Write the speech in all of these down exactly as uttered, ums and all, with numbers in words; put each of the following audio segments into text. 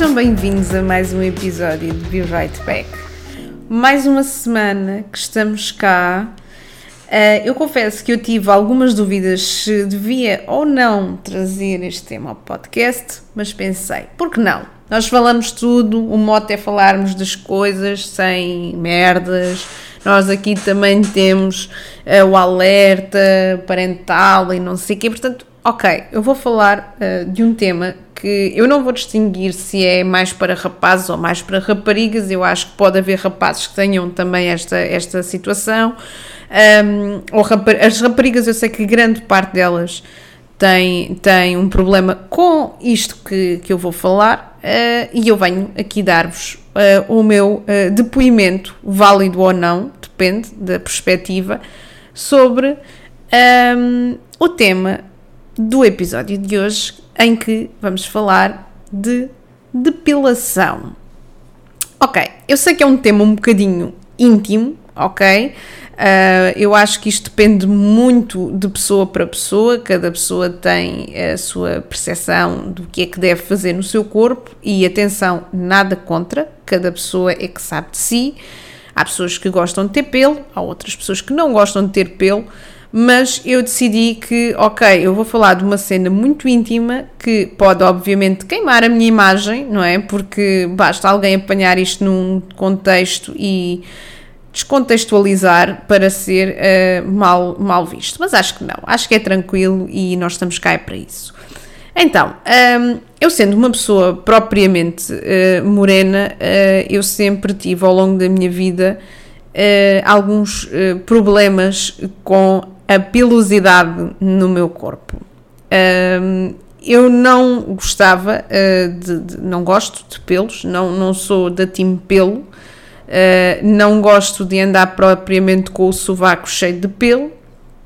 Sejam bem-vindos a mais um episódio de Be Right Back. Mais uma semana que estamos cá. Uh, eu confesso que eu tive algumas dúvidas se devia ou não trazer este tema ao podcast, mas pensei, por que não? Nós falamos tudo, o mote é falarmos das coisas sem merdas. Nós aqui também temos uh, o alerta parental e não sei o quê, portanto, ok, eu vou falar uh, de um tema que eu não vou distinguir se é mais para rapazes ou mais para raparigas. Eu acho que pode haver rapazes que tenham também esta, esta situação, um, ou rapar- as raparigas eu sei que grande parte delas tem, tem um problema com isto que, que eu vou falar, uh, e eu venho aqui dar-vos uh, o meu uh, depoimento, válido ou não, depende da perspectiva, sobre um, o tema do episódio de hoje, em que vamos falar de depilação. Ok, eu sei que é um tema um bocadinho íntimo, ok? Uh, eu acho que isto depende muito de pessoa para pessoa, cada pessoa tem a sua percepção do que é que deve fazer no seu corpo e, atenção, nada contra, cada pessoa é que sabe de si. Há pessoas que gostam de ter pelo, há outras pessoas que não gostam de ter pelo, mas eu decidi que, ok, eu vou falar de uma cena muito íntima que pode, obviamente, queimar a minha imagem, não é? Porque basta alguém apanhar isto num contexto e descontextualizar para ser uh, mal, mal visto. Mas acho que não, acho que é tranquilo e nós estamos cá para isso. Então, um, eu sendo uma pessoa propriamente uh, morena, uh, eu sempre tive ao longo da minha vida uh, alguns uh, problemas com a pilosidade no meu corpo. Um, eu não gostava, uh, de, de, não gosto de pelos, não, não sou da time pelo, uh, não gosto de andar propriamente com o sovaco cheio de pelo, uh,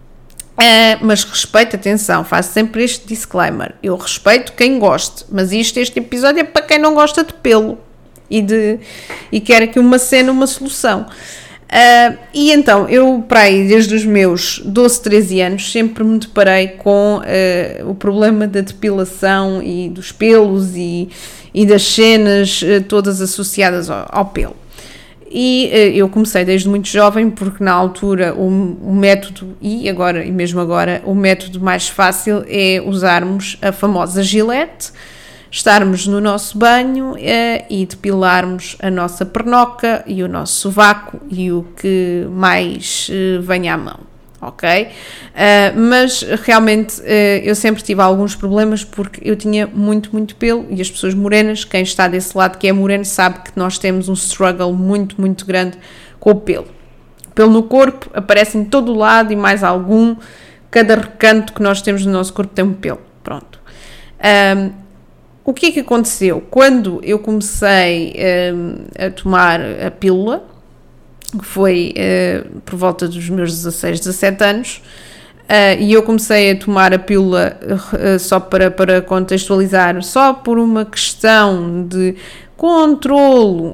mas respeito, atenção, faço sempre este disclaimer, eu respeito quem goste, mas isto, este episódio é para quem não gosta de pelo e, de, e quer aqui uma cena, uma solução. Uh, e então, eu para aí, desde os meus doze, treze anos, sempre me deparei com uh, o problema da depilação e dos pelos e, e das cenas uh, todas associadas ao, ao pelo. E uh, eu comecei desde muito jovem, porque na altura o, o método, e agora, e mesmo agora, o método mais fácil é usarmos a famosa Gillette, estarmos no nosso banho eh, e depilarmos a nossa pernoca e o nosso sovaco e o que mais eh, venha à mão, ok? Uh, mas realmente uh, eu sempre tive alguns problemas porque eu tinha muito, muito pelo e as pessoas morenas, quem está desse lado que é moreno, sabe que nós temos um struggle muito, muito grande com o pelo. O pelo no corpo aparece em todo o lado e mais algum, cada recanto que nós temos no nosso corpo tem um pelo, pronto. Um, O que é que aconteceu? Quando eu comecei um, a tomar a pílula, que foi uh, por volta dos meus dezasseis, dezassete anos, uh, e eu comecei a tomar a pílula uh, só para, para contextualizar, só por uma questão de controlo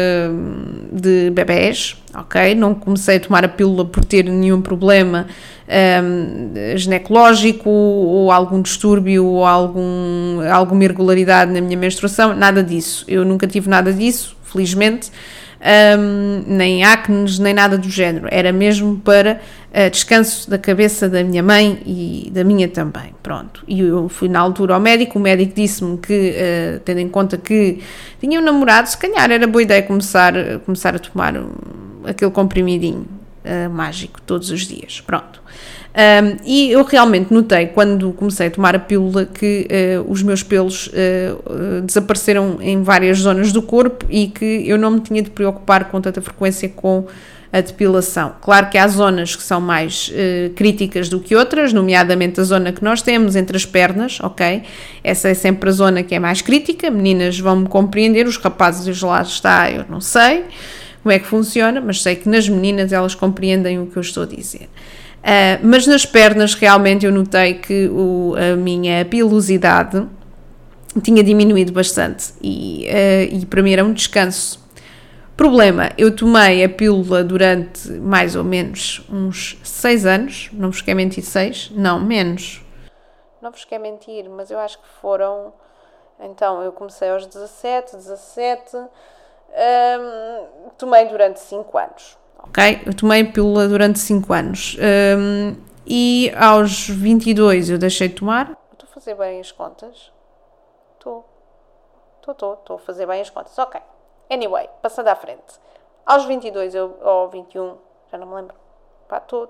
uh, de bebés, ok? Não comecei a tomar a pílula por ter nenhum problema um, ginecológico ou algum distúrbio ou algum, alguma irregularidade na minha menstruação, nada disso. Eu nunca tive nada disso, felizmente, um, nem acnes, nem nada do género. Era mesmo para uh, descanso da cabeça da minha mãe e da minha também, pronto. E eu fui na altura ao médico, o médico disse-me que, uh, tendo em conta que tinha um namorado, se calhar era boa ideia começar, começar a tomar um, aquele comprimidinho uh, mágico todos os dias, pronto. Um, e eu realmente notei, quando comecei a tomar a pílula, que uh, os meus pelos uh, uh, desapareceram em várias zonas do corpo e que eu não me tinha de preocupar com tanta frequência com a depilação. Claro que há zonas que são mais uh, críticas do que outras, nomeadamente a zona que nós temos entre as pernas, ok? Essa é sempre a zona que é mais crítica, meninas vão-me compreender, os rapazes lá está, eu não sei como é que funciona, mas sei que nas meninas elas compreendem o que eu estou a dizer. Uh, mas nas pernas realmente eu notei que o, a minha pilosidade tinha diminuído bastante e, uh, e para mim era um descanso. Problema, eu tomei a pílula durante mais ou menos uns seis anos, não vos quero mentir, seis, não, menos. Não vos quero mentir, mas eu acho que foram Então eu comecei aos dezassete, dezassete, hum, tomei durante cinco anos. Ok? Eu tomei pílula durante cinco anos. Hum, e aos vinte e dois eu deixei de tomar. Estou a fazer bem as contas? Estou. Estou, estou, estou a fazer bem as contas. Ok. Anyway, passando à frente. Aos vinte e dois eu, ou vinte e um, já não me lembro. Pá, estou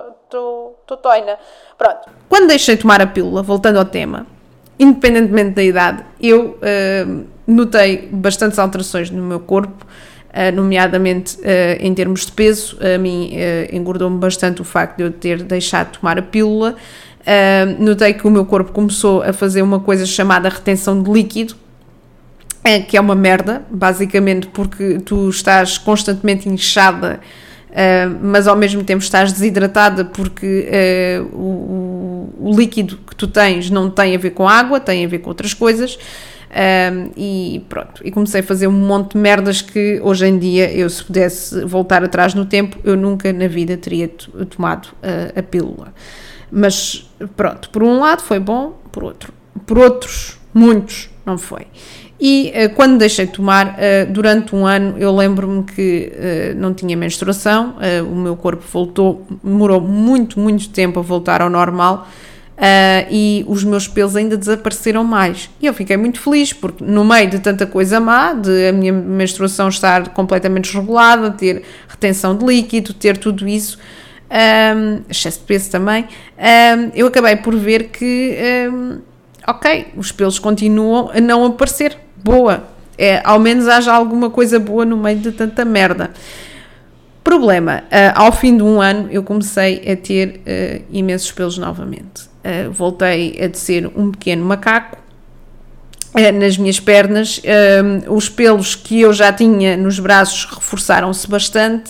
toina. Pronto. Quando deixei de tomar a pílula, voltando ao tema, independentemente da idade, eu uh, notei bastantes alterações no meu corpo, uh, nomeadamente uh, em termos de peso. A mim uh, engordou-me bastante o facto de eu ter deixado de tomar a pílula. Uh, notei que o meu corpo começou a fazer uma coisa chamada retenção de líquido, uh, que é uma merda, basicamente porque tu estás constantemente inchada, Uh, mas ao mesmo tempo estás desidratada porque uh, o, o líquido que tu tens não tem a ver com água, tem a ver com outras coisas, uh, e pronto, e comecei a fazer um monte de merdas que hoje em dia eu, se pudesse voltar atrás no tempo, eu nunca na vida teria t- tomado uh, a pílula. Mas pronto, por um lado foi bom, por outro, por outros, muitos, não foi. E uh, quando deixei de tomar, uh, durante um ano, eu lembro-me que uh, não tinha menstruação, uh, o meu corpo voltou, demorou muito, muito tempo a voltar ao normal, uh, e os meus pelos ainda desapareceram mais. E eu fiquei muito feliz, porque no meio de tanta coisa má, de a minha menstruação estar completamente desregulada, ter retenção de líquido, ter tudo isso, um, excesso de peso também, um, eu acabei por ver que, um, ok, os pelos continuam a não aparecer. Boa, é, ao menos haja alguma coisa boa no meio de tanta merda. Problema, uh, ao fim de um ano eu comecei a ter uh, imensos pelos novamente. Uh, voltei a ser um pequeno macaco uh, nas minhas pernas. Uh, os pelos que eu já tinha nos braços reforçaram-se bastante.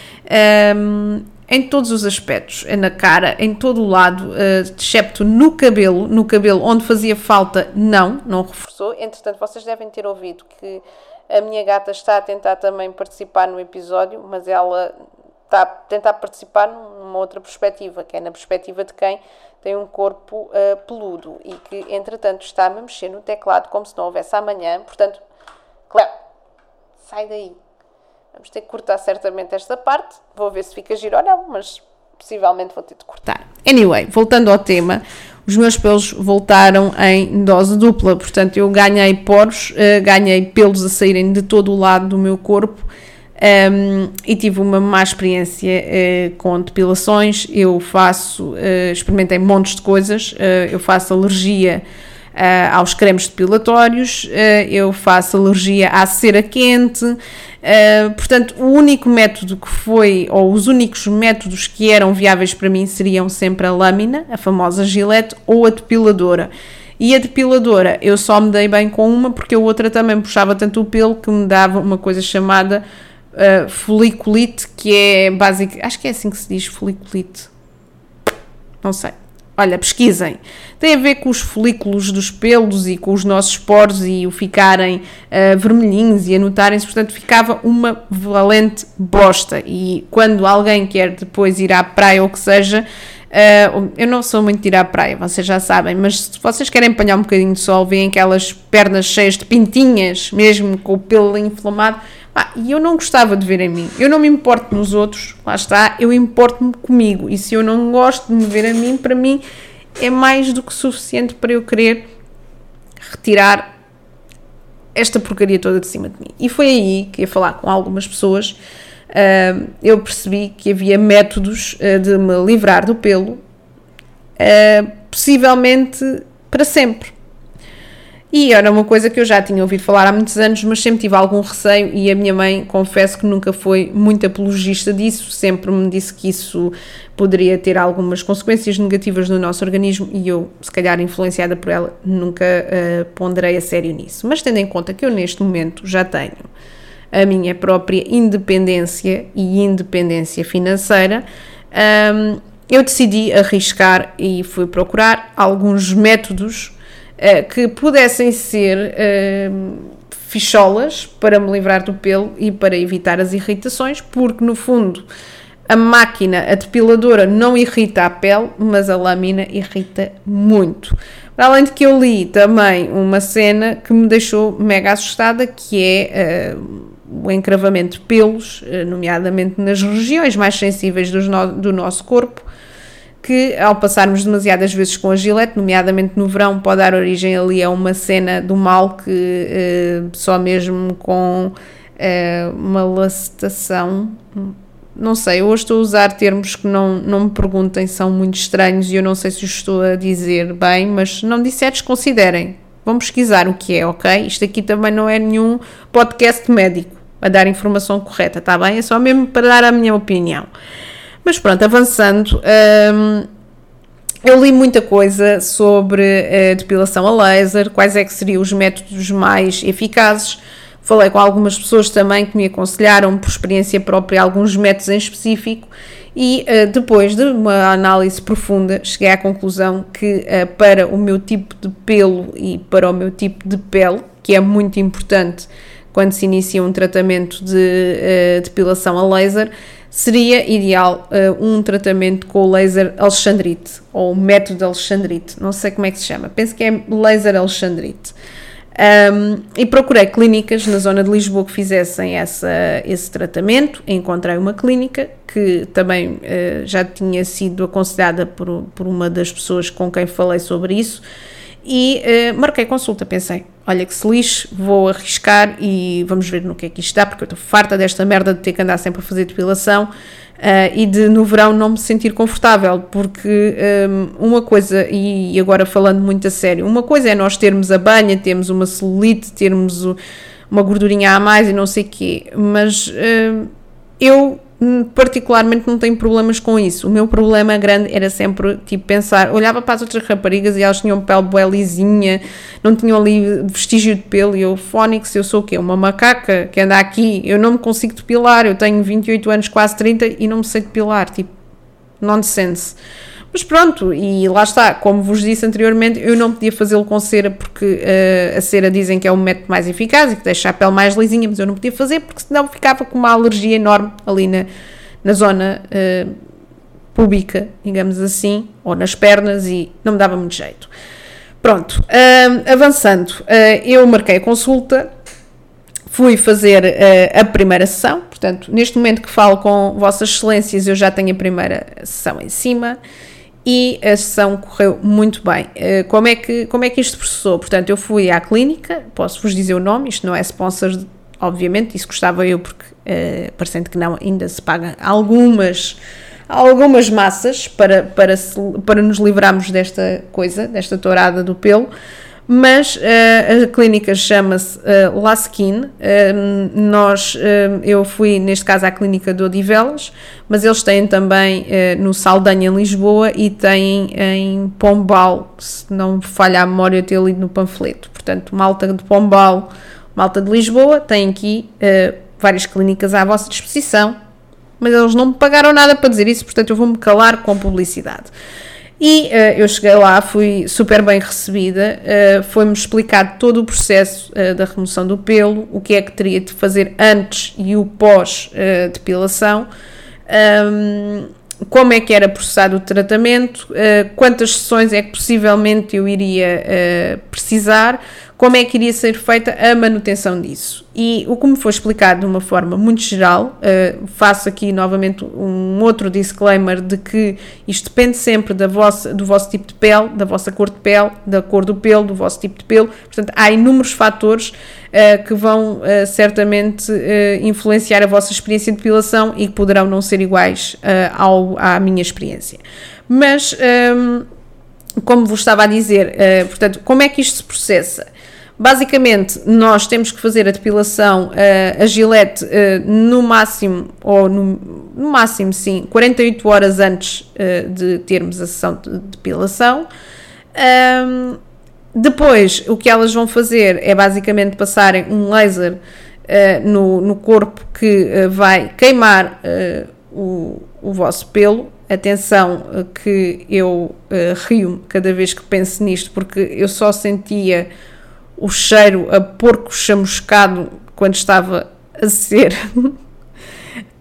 Uh, em todos os aspectos, na cara, em todo o lado, uh, excepto no cabelo, no cabelo onde fazia falta, não, não reforçou. Entretanto, vocês devem ter ouvido que a minha gata está a tentar também participar no episódio, mas ela está a tentar participar numa outra perspectiva, que é na perspectiva de quem tem um corpo uh, peludo e que, entretanto, está-me a mexer no teclado como se não houvesse amanhã. Portanto, Cléo, sai daí. Vamos ter que cortar certamente esta parte. Vou ver se fica giro ou não, mas possivelmente vou ter de cortar. Anyway, voltando ao tema, os meus pelos voltaram em dose dupla. Portanto, eu ganhei poros, uh, ganhei pelos a saírem de todo o lado do meu corpo, um, e tive uma má experiência uh, com depilações. Eu faço, uh, experimentei montes de coisas. Uh, eu faço alergia Uh, aos cremes depilatórios, uh, eu faço alergia à cera quente, uh, portanto o único método que foi, ou os únicos métodos que eram viáveis para mim seriam sempre a lâmina, a famosa Gillette, ou a depiladora. E a depiladora eu só me dei bem com uma porque a outra também puxava tanto o pelo que me dava uma coisa chamada uh, foliculite, que é básica, acho que é assim que se diz, foliculite, não sei. Olha, pesquisem. Tem a ver com os folículos dos pelos e com os nossos poros e o ficarem uh, vermelhinhos e anotarem-se. Portanto, ficava uma valente bosta. E quando alguém quer depois ir à praia ou o que seja, uh, eu não sou muito de ir à praia, vocês já sabem, mas se vocês querem apanhar um bocadinho de sol, veem aquelas pernas cheias de pintinhas, mesmo com o pelo inflamado. Ah, e eu não gostava de ver em mim. Eu não me importo nos outros, lá está, eu importo-me comigo. E se eu não gosto de me ver a mim, para mim é mais do que suficiente para eu querer retirar esta porcaria toda de cima de mim. E foi aí que, ia falar com algumas pessoas, uh, eu percebi que havia métodos uh, de me livrar do pelo, uh, possivelmente para sempre. E era uma coisa que eu já tinha ouvido falar há muitos anos, mas sempre tive algum receio e a minha mãe, confesso que nunca foi muito apologista disso, sempre me disse que isso poderia ter algumas consequências negativas no nosso organismo e eu, se calhar influenciada por ela, nunca uh, ponderei a sério nisso. Mas tendo em conta que eu neste momento já tenho a minha própria independência e independência financeira, um, eu decidi arriscar e fui procurar alguns métodos Uh, que pudessem ser uh, ficholas para me livrar do pelo e para evitar as irritações, porque no fundo a máquina, a depiladora, não irrita a pele, mas a lâmina irrita muito. Além de que eu li também uma cena que me deixou mega assustada, que é uh, o encravamento de pelos, uh, nomeadamente nas regiões mais sensíveis do, no- do nosso corpo, que ao passarmos demasiadas vezes com a gilete, nomeadamente no verão, pode dar origem ali a uma cena do mal que uh, só mesmo com uh, uma lacetação... Não sei, hoje estou a usar termos que não, não me perguntem, são muito estranhos e eu não sei se os estou a dizer bem, mas se não disseres, considerem. Vão pesquisar o que é, ok? Isto aqui também não é nenhum podcast médico a dar informação correta, está bem? É só mesmo para dar a minha opinião. Mas pronto, avançando, hum, eu li muita coisa sobre a depilação a laser, quais é que seriam os métodos mais eficazes. Falei com algumas pessoas também que me aconselharam, por experiência própria, alguns métodos em específico e uh, depois de uma análise profunda cheguei à conclusão que uh, para o meu tipo de pelo e para o meu tipo de pele, que é muito importante quando se inicia um tratamento de uh, depilação a laser, seria ideal uh, um tratamento com o laser Alexandrite ou o método Alexandrite, não sei como é que se chama, penso que é laser Alexandrite. Um, e procurei clínicas na zona de Lisboa que fizessem essa, esse tratamento. Encontrei uma clínica que também uh, já tinha sido aconselhada por, por uma das pessoas com quem falei sobre isso e uh, marquei consulta. Pensei, olha que se lixe, vou arriscar e vamos ver no que é que isto dá, porque eu estou farta desta merda de ter que andar sempre a fazer depilação. Uh, e de no verão não me sentir confortável, porque um, uma coisa, e agora falando muito a sério, uma coisa é nós termos a banha, termos uma celulite, termos o, uma gordurinha a mais e não sei o quê, mas uh, eu particularmente não tenho problemas com isso. O meu problema grande era sempre tipo pensar, olhava para as outras raparigas e elas tinham pele bué lisinha, não tinham ali vestígio de pelo e eu, fónix, eu sou o quê? Uma macaca que anda aqui, eu não me consigo depilar, eu tenho vinte e oito anos, quase trinta e não me sei depilar, tipo, nonsense. Mas pronto, e lá está, como vos disse anteriormente, eu não podia fazê-lo com cera porque uh, a cera dizem que é o método mais eficaz e que deixa a pele mais lisinha, mas eu não podia fazer porque senão ficava com uma alergia enorme ali na, na zona uh, pública, digamos assim, ou nas pernas e não me dava muito jeito. Pronto, uh, avançando, uh, eu marquei a consulta, fui fazer uh, a primeira sessão, portanto, neste momento que falo com vossas excelências, eu já tenho a primeira sessão em cima, e a sessão correu muito bem. Uh, como é que, como é que isto processou? Portanto, eu fui à clínica, posso-vos dizer o nome, isto não é sponsor, obviamente, isso gostava eu, porque, uh, parecendo que não, ainda se paga algumas, algumas massas para, para, se, para nos livrarmos desta coisa, desta tourada do pelo, mas uh, a clínica chama-se uh, La Skin. Uh, nós, uh, eu fui neste caso à clínica de Odivelas, mas eles têm também uh, no Saldanha em Lisboa e têm em Pombal, se não me falha a memória ter lido no panfleto. Portanto, malta de Pombal, malta de Lisboa, têm aqui uh, várias clínicas à vossa disposição, mas eles não me pagaram nada para dizer isso, portanto eu vou-me calar com publicidade. E uh, eu cheguei lá, fui super bem recebida, uh, foi-me explicado todo o processo uh, da remoção do pelo, o que é que teria de fazer antes e o pós uh, depilação, um, como é que era processado o tratamento, uh, quantas sessões é que possivelmente eu iria uh, precisar, como é que iria ser feita a manutenção disso. E o que me foi explicado de uma forma muito geral, uh, faço aqui novamente um outro disclaimer de que isto depende sempre da vossa, do vosso tipo de pele, da vossa cor de pele, da cor do pelo, do vosso tipo de pelo, portanto há inúmeros fatores uh, que vão uh, certamente uh, influenciar a vossa experiência de depilação e que poderão não ser iguais uh, ao, à minha experiência. Mas, um, como vos estava a dizer, uh, portanto, como é que isto se processa? Basicamente, nós temos que fazer a depilação, uh, a gilete, uh, no máximo, ou no, no máximo, sim, quarenta e oito horas antes uh, de termos a sessão de depilação. Um, depois, o que elas vão fazer é basicamente passarem um laser uh, no, no corpo que uh, vai queimar uh, o, o vosso pelo. Atenção uh, que eu uh, rio-me cada vez que penso nisto, porque eu só sentia o cheiro a porco chamuscado quando estava a ser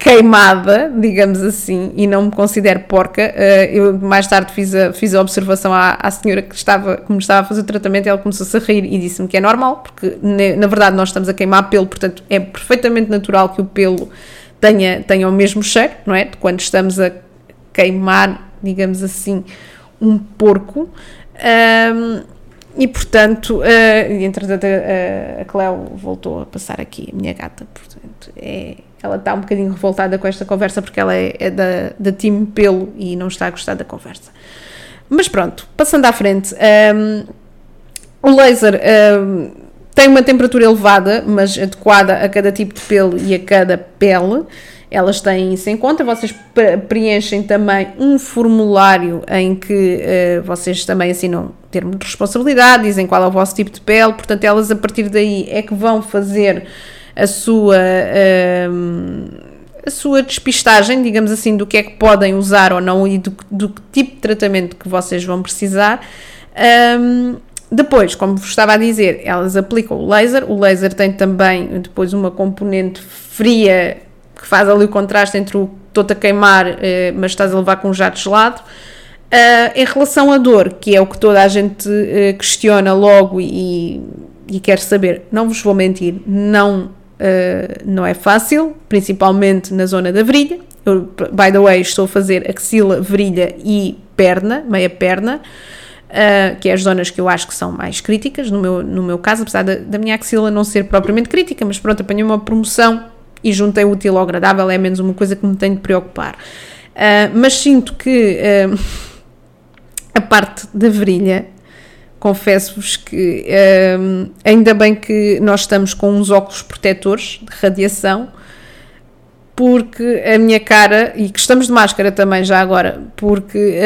queimada, digamos assim, e não me considero porca. Eu mais tarde fiz a, fiz a observação à, à senhora que, estava, que me estava a fazer o tratamento, e ela começou-se a rir e disse-me que é normal, porque na verdade nós estamos a queimar pelo, portanto é perfeitamente natural que o pelo tenha, tenha o mesmo cheiro, não é? De quando estamos a queimar, digamos assim, um porco. Um, E, portanto, uh, entretanto, a, a Cleo voltou a passar aqui, a minha gata, portanto, é, ela está um bocadinho revoltada com esta conversa, porque ela é, é da, da time pelo e não está a gostar da conversa. Mas pronto, passando à frente, um, o laser um, tem uma temperatura elevada, mas adequada a cada tipo de pelo e a cada pele. Elas têm isso em conta. Vocês preenchem também um formulário em que uh, vocês também assinam termo de responsabilidade, dizem qual é o vosso tipo de pele, portanto elas a partir daí é que vão fazer a sua, uh, a sua despistagem, digamos assim, do que é que podem usar ou não e do, do tipo de tratamento que vocês vão precisar. Um, depois, como vos estava a dizer, elas aplicam o laser. O laser tem também depois uma componente fria que faz ali o contraste entre o estou-te a queimar, eh, mas estás a levar com um jato gelado. Uh, em relação à dor, que é o que toda a gente uh, questiona logo e, e quer saber, não vos vou mentir, não, uh, não é fácil, principalmente na zona da virilha. Eu, by the way, estou a fazer axila, virilha e perna, meia perna, uh, que é as zonas que eu acho que são mais críticas, no meu, no meu caso, apesar da, da minha axila não ser propriamente crítica, mas pronto, apanhei uma promoção e juntei o útil ao agradável, é menos uma coisa que me tem de preocupar. Uh, mas sinto que uh, a parte da virilha, confesso-vos que uh, ainda bem que nós estamos com uns óculos protetores de radiação, porque a minha cara, e que estamos de máscara também já agora, porque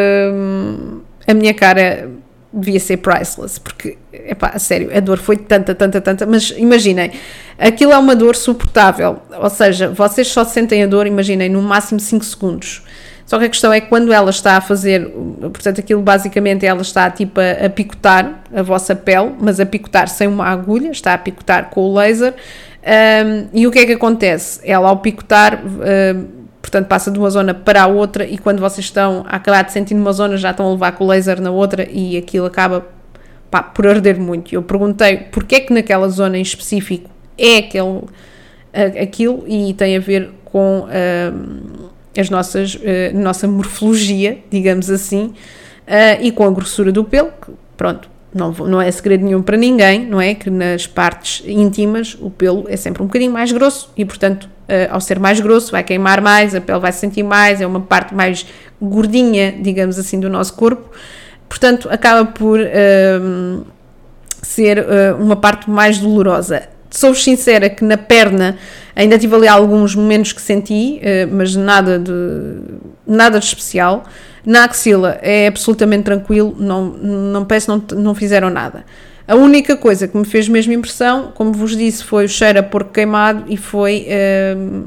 uh, a minha cara devia ser priceless, porque, epá, a sério, a dor foi tanta, tanta, tanta, mas imaginem, aquilo é uma dor suportável, ou seja, vocês só sentem a dor, imaginem, no máximo cinco segundos, só que a questão é que quando ela está a fazer, portanto aquilo basicamente ela está tipo a, a picotar a vossa pele, mas a picotar sem uma agulha, está a picotar com o laser, um, e o que é que acontece? Ela ao picotar, um, portanto passa de uma zona para a outra, e quando vocês estão a acabar de sentir numa zona já estão a levar com o laser na outra e aquilo acaba, pá, por arder muito. Eu perguntei porque é que naquela zona em específico é aquele, aquilo, e tem a ver com um, as nossas, uh, nossa morfologia, digamos assim, uh, e com a grossura do pelo, que, pronto, não, não é segredo nenhum para ninguém, não é? Que nas partes íntimas o pelo é sempre um bocadinho mais grosso e, portanto, uh, ao ser mais grosso vai queimar mais, a pele vai se sentir mais, é uma parte mais gordinha, digamos assim, do nosso corpo, portanto, acaba por uh, ser uh, uma parte mais dolorosa. Sou-vos sincera que na perna ainda tive ali alguns momentos que senti, mas nada de, nada de especial. Na axila é absolutamente tranquilo, não, não parece que não, não fizeram nada. A única coisa que me fez mesmo impressão, como vos disse, foi o cheiro a porco queimado e foi uh,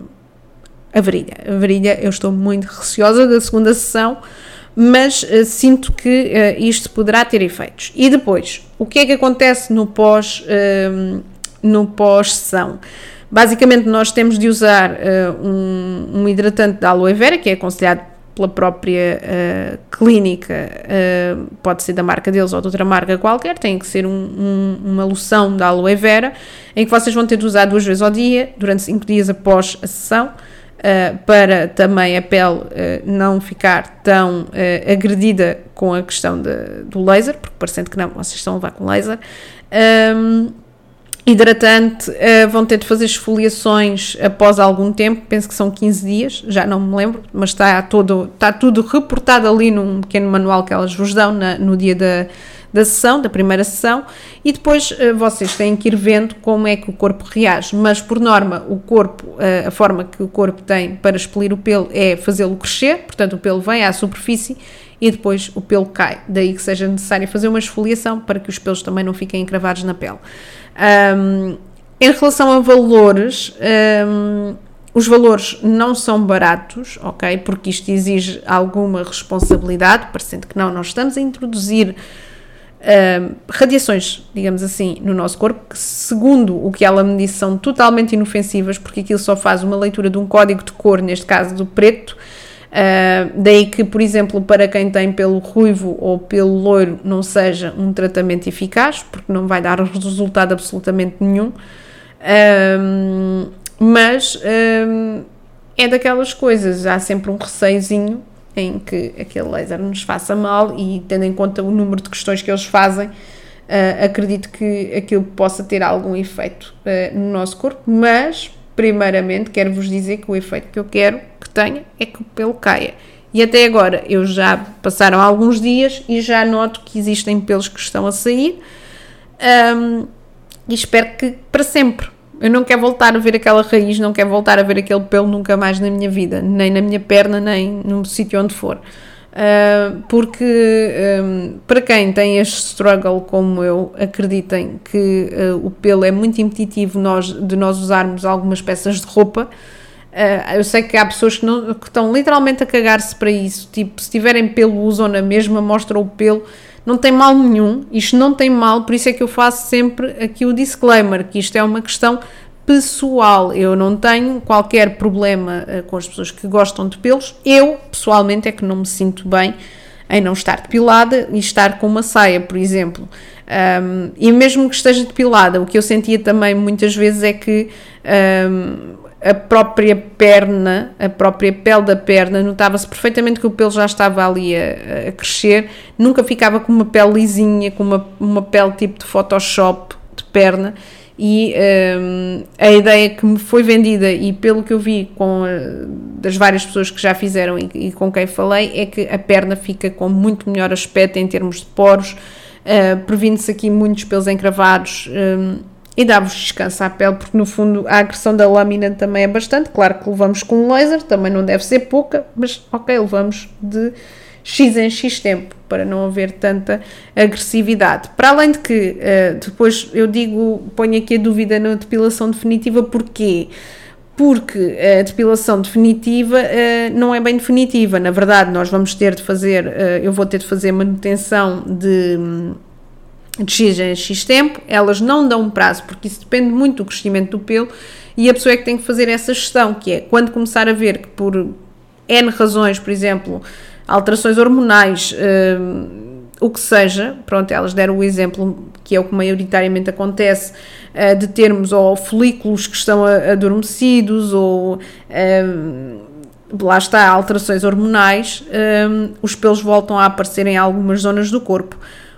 a virilha. A virilha, eu estou muito receosa da segunda sessão, mas uh, sinto que uh, isto poderá ter efeitos. E depois, o que é que acontece no pós... Uh, no pós-sessão? Basicamente nós temos de usar uh, um, um hidratante de aloe vera, que é aconselhado pela própria uh, clínica, uh, pode ser da marca deles ou de outra marca qualquer, tem que ser um, um, uma loção de aloe vera, em que vocês vão ter de usar duas vezes ao dia, durante cinco dias após a sessão, uh, para também a pele uh, não ficar tão uh, agredida com a questão de, do laser, porque parecendo que não, vocês estão a levar com laser. Um, Hidratante, uh, vão ter de fazer esfoliações após algum tempo, penso que são quinze dias, já não me lembro, mas está, todo, está tudo reportado ali num pequeno manual que elas vos dão na, no dia da, da sessão, da primeira sessão, e depois uh, vocês têm que ir vendo como é que o corpo reage, mas por norma o corpo, uh, a forma que o corpo tem para expelir o pelo é fazê-lo crescer, portanto o pelo vem à superfície e depois o pelo cai, daí que seja necessário fazer uma esfoliação para que os pelos também não fiquem encravados na pele. Um, em relação a valores, um, os valores não são baratos, ok? Porque isto exige alguma responsabilidade, parecendo que não, nós estamos a introduzir uh, radiações, digamos assim, no nosso corpo, que segundo o que ela me disse são totalmente inofensivas, porque aquilo só faz uma leitura de um código de cor, neste caso do preto. Uh, daí que, por exemplo, para quem tem pelo ruivo ou pelo loiro não seja um tratamento eficaz, porque não vai dar resultado absolutamente nenhum, uh, mas uh, é daquelas coisas, há sempre um receiozinho em que aquele laser nos faça mal, e tendo em conta o número de questões que eles fazem, uh, acredito que aquilo possa ter algum efeito uh, no nosso corpo, mas primeiramente quero-vos dizer que o efeito que eu quero que tenha é que o pelo caia. E até agora, eu já passaram alguns dias e já noto que existem pelos que estão a sair, um, e espero que para sempre. Eu não quero voltar a ver aquela raiz, não quero voltar a ver aquele pelo nunca mais na minha vida, nem na minha perna, nem no sítio onde for. Uh, porque um, para quem tem este struggle como eu, acreditem que uh, o pelo é muito impeditivo nós, de nós usarmos algumas peças de roupa. Uh, eu sei que há pessoas que, não, que estão literalmente a cagar-se para isso, tipo, se tiverem pelo usam na mesma, mostram o pelo, não tem mal nenhum, isto não tem mal, por isso é que eu faço sempre aqui o disclaimer, que isto é uma questão pessoal, eu não tenho qualquer problema uh, com as pessoas que gostam de pelos, eu pessoalmente é que não me sinto bem em não estar depilada e estar com uma saia, por exemplo, um, e mesmo que esteja depilada, o que eu sentia também muitas vezes é que um, a própria perna, a própria pele da perna, notava-se perfeitamente que o pelo já estava ali a, a crescer, nunca ficava com uma pele lisinha, com uma, uma pele tipo de Photoshop de perna. E um, a ideia que me foi vendida, e pelo que eu vi com uh, das várias pessoas que já fizeram e, e com quem falei, é que a perna fica com muito melhor aspecto em termos de poros, uh, previne-se aqui muitos pelos encravados, um, e dá-vos descanso à pele, porque no fundo a agressão da lâmina também é bastante, claro que levamos com um laser, também não deve ser pouca, mas ok, levamos de X em X tempo, para não haver tanta agressividade. Para além de que, uh, depois eu digo, ponho aqui a dúvida na depilação definitiva, porquê? Porque a depilação definitiva uh, não é bem definitiva, na verdade nós vamos ter de fazer, uh, eu vou ter de fazer manutenção de, de X em X tempo, elas não dão um prazo, porque isso depende muito do crescimento do pelo, e a pessoa é que tem que fazer essa gestão, que é, quando começar a ver que por N razões, por exemplo, alterações hormonais, uh, o que seja, pronto, elas deram o exemplo, que é o que maioritariamente acontece, uh, de termos ou folículos que estão adormecidos, ou uh, lá está, alterações hormonais, uh, os pelos voltam a aparecer em algumas zonas do corpo,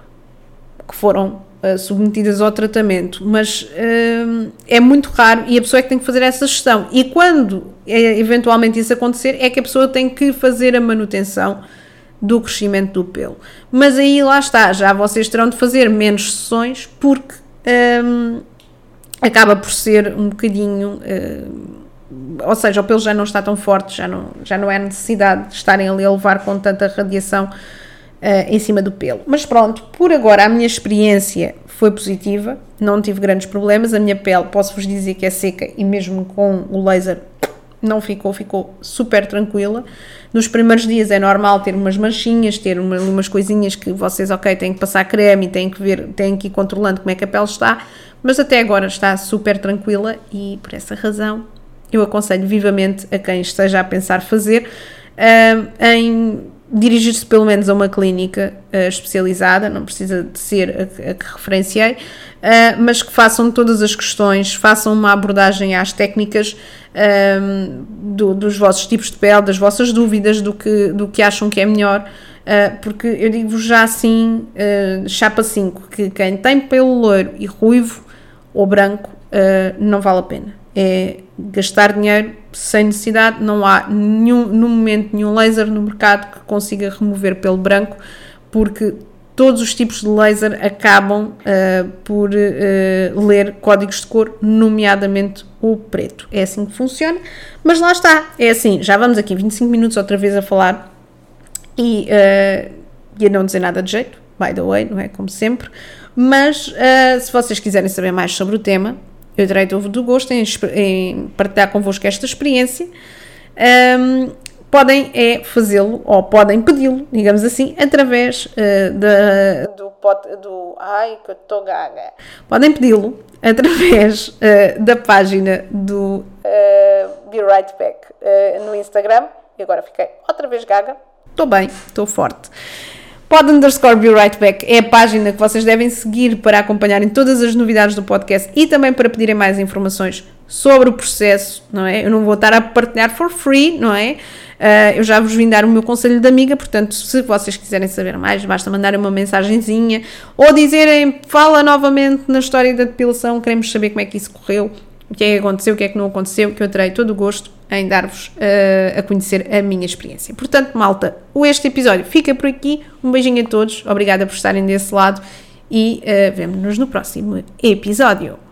que foram uh, submetidas ao tratamento, mas uh, é muito raro, e a pessoa é que tem que fazer essa gestão, e quando é, eventualmente isso acontecer, é que a pessoa tem que fazer a manutenção do crescimento do pelo. Mas aí lá está, já vocês terão de fazer menos sessões, porque um, acaba por ser um bocadinho, uh, ou seja, o pelo já não está tão forte, já não, já não é necessidade de estarem ali a levar com tanta radiação uh, em cima do pelo. Mas pronto, por agora a minha experiência foi positiva, não tive grandes problemas, a minha pele, posso-vos dizer que é seca, e mesmo com o laser não ficou, ficou super tranquila. Nos primeiros dias é normal ter umas manchinhas, ter uma, umas coisinhas que vocês, ok, têm que passar creme e têm que ver, têm que ir controlando como é que a pele está, mas até agora está super tranquila, e por essa razão eu aconselho vivamente a quem esteja a pensar fazer, uh, em dirigir-se pelo menos a uma clínica uh, especializada, não precisa de ser a, a que referenciei, uh, mas que façam todas as questões, façam uma abordagem às técnicas um, do, dos vossos tipos de pele, das vossas dúvidas, do que, do que acham que é melhor, uh, porque eu digo-vos já assim, uh, chapa cinco, que quem tem pelo loiro e ruivo ou branco, uh, não vale a pena. É gastar dinheiro sem necessidade, não há nenhum, no momento nenhum laser no mercado que consiga remover pelo branco, porque todos os tipos de laser acabam uh, por uh, ler códigos de cor, nomeadamente o preto. É assim que funciona, mas lá está, é assim, já vamos aqui vinte e cinco minutos outra vez a falar e, uh, e a não dizer nada de jeito, by the way, não é, como sempre, mas uh, se vocês quiserem saber mais sobre o tema, eu terei todo o gosto em, em partilhar convosco esta experiência. Um, podem é fazê-lo, ou podem pedi-lo, digamos assim, através uh, da, do, do... Ai, que eu estou gaga. Podem pedi-lo através uh, da página do uh, Be Right Back uh, no Instagram. E agora fiquei outra vez gaga. Estou bem, estou forte. Pod underscore Be Right Back é a página que vocês devem seguir para acompanharem todas as novidades do podcast e também para pedirem mais informações sobre o processo, não é? Eu não vou estar a partilhar for free, não é? Uh, eu já vos vim dar o meu conselho de amiga, portanto, se vocês quiserem saber mais, basta mandarem uma mensagenzinha ou dizerem, fala novamente na história da depilação, queremos saber como é que isso correu, o que é que aconteceu, o que é que não aconteceu, que eu terei todo o gosto em dar-vos uh, a conhecer a minha experiência. Portanto, malta, este episódio fica por aqui. Um beijinho a todos, obrigada por estarem desse lado e uh, vemo-nos no próximo episódio.